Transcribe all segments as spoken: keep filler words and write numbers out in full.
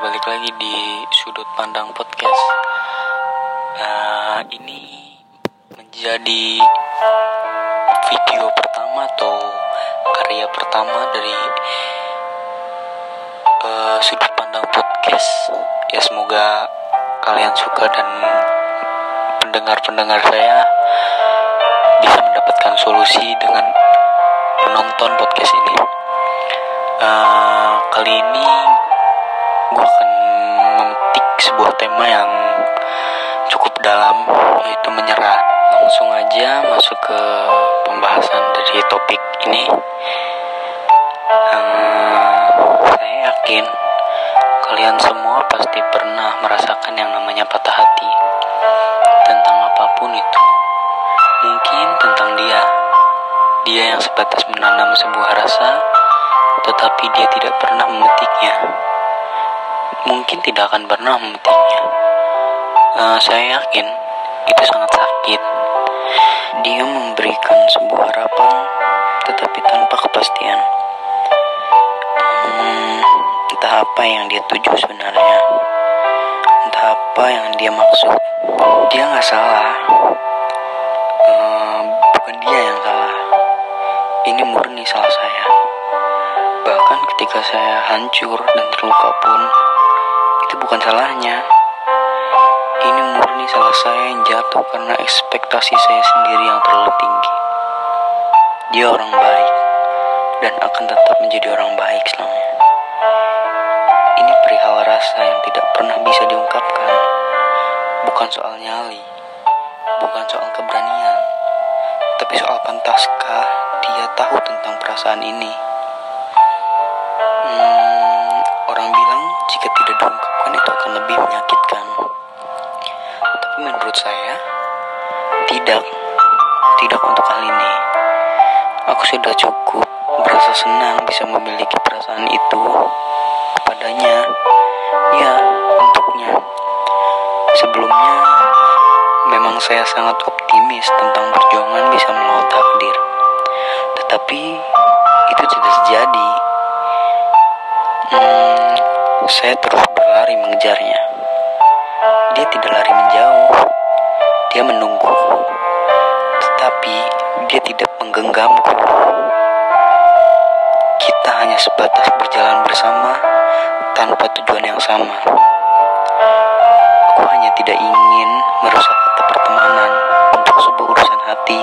balik lagi di Sudut Pandang Podcast. uh, Ini menjadi video pertama atau karya pertama dari uh, Sudut Pandang Podcast. Ya semoga kalian suka dan pendengar-pendengar saya bisa mendapatkan solusi dengan menonton podcast ini. uh, Kali ini gue akan memetik sebuah tema yang cukup dalam, yaitu menyerah. Langsung aja masuk ke pembahasan dari topik ini. hmm, Saya yakin kalian semua pasti pernah merasakan yang namanya patah hati tentang apapun itu. Mungkin tentang dia Dia yang sebatas menanam sebuah rasa, tetapi dia tidak pernah memetiknya. Mungkin tidak akan pernah memetiknya. uh, Saya yakin itu sangat sakit. Dia memberikan sebuah harapan, tetapi tanpa kepastian. hmm, Entah apa yang dia tuju sebenarnya, entah apa yang dia maksud. Dia gak salah. uh, Bukan dia yang salah. Ini murni salah saya. Bahkan ketika saya hancur dan terluka pun, itu bukan salahnya. Ini murni salah saya yang jatuh karena ekspektasi saya sendiri yang terlalu tinggi. Dia orang baik dan akan tetap menjadi orang baik selamanya. Ini perihal rasa yang tidak pernah bisa diungkapkan. Bukan soal nyali, bukan soal keberanian, tapi soal pantaskah dia tahu tentang perasaan ini. Hmm, orang bilang jika tidak diungkapkan itu akan lebih menyakitkan. Tapi menurut saya, tidak. Tidak untuk hal ini. Aku sudah cukup merasa senang bisa memiliki perasaan itu kepadanya. Ya, untuknya. Sebelumnya, memang saya sangat optimis tentang perjuangan bisa melawan takdir. Tetapi, itu tidak terjadi. Hmm, saya terus berlari mengejarnya. Dia tidak lari menjauh. Dia menunggu. Tetapi dia tidak menggenggamku. Kita hanya sebatas berjalan bersama tanpa tujuan yang sama. Aku hanya tidak ingin merusak kata pertemanan untuk sebuah urusan hati.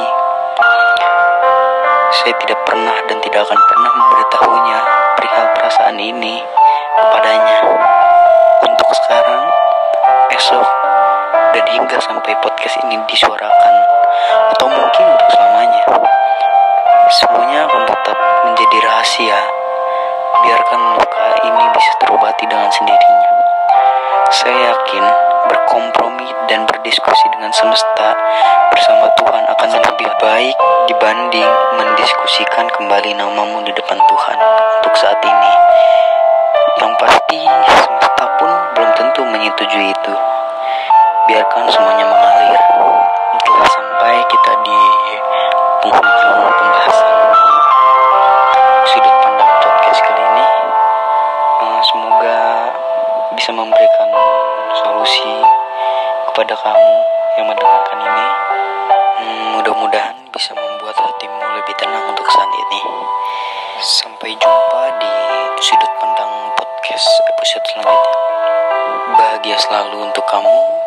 Saya tidak pernah dan tidak akan pernah memberitahunya perihal perasaan ini kepadanya. Untuk sekarang, esok, dan hingga sampai podcast ini disuarakan, atau mungkin untuk selamanya, semuanya akan tetap menjadi rahasia. Biarkan luka ini bisa terobati dengan sendirinya. Saya yakin berkompromi dan berdiskusi dengan semesta bersama Tuhan akan lebih baik dibanding mendiskusikan kembali namamu di depan Tuhan untuk saat ini. Yang pasti semesta pun belum tentu menyetujui itu. Biarkan semuanya mengalir. Telah sampai kita di penghujung pembahasan Sudut Pandang Podcast kali ini. uh, Semoga bisa memberikan solusi kepada kamu yang mendengarkan ini. hmm, Mudah-mudahan bisa membuat hatimu lebih tenang untuk saat ini. Sampai jumpa di Sudut Pandang Podcast episode selanjutnya. Bahagia selalu untuk kamu.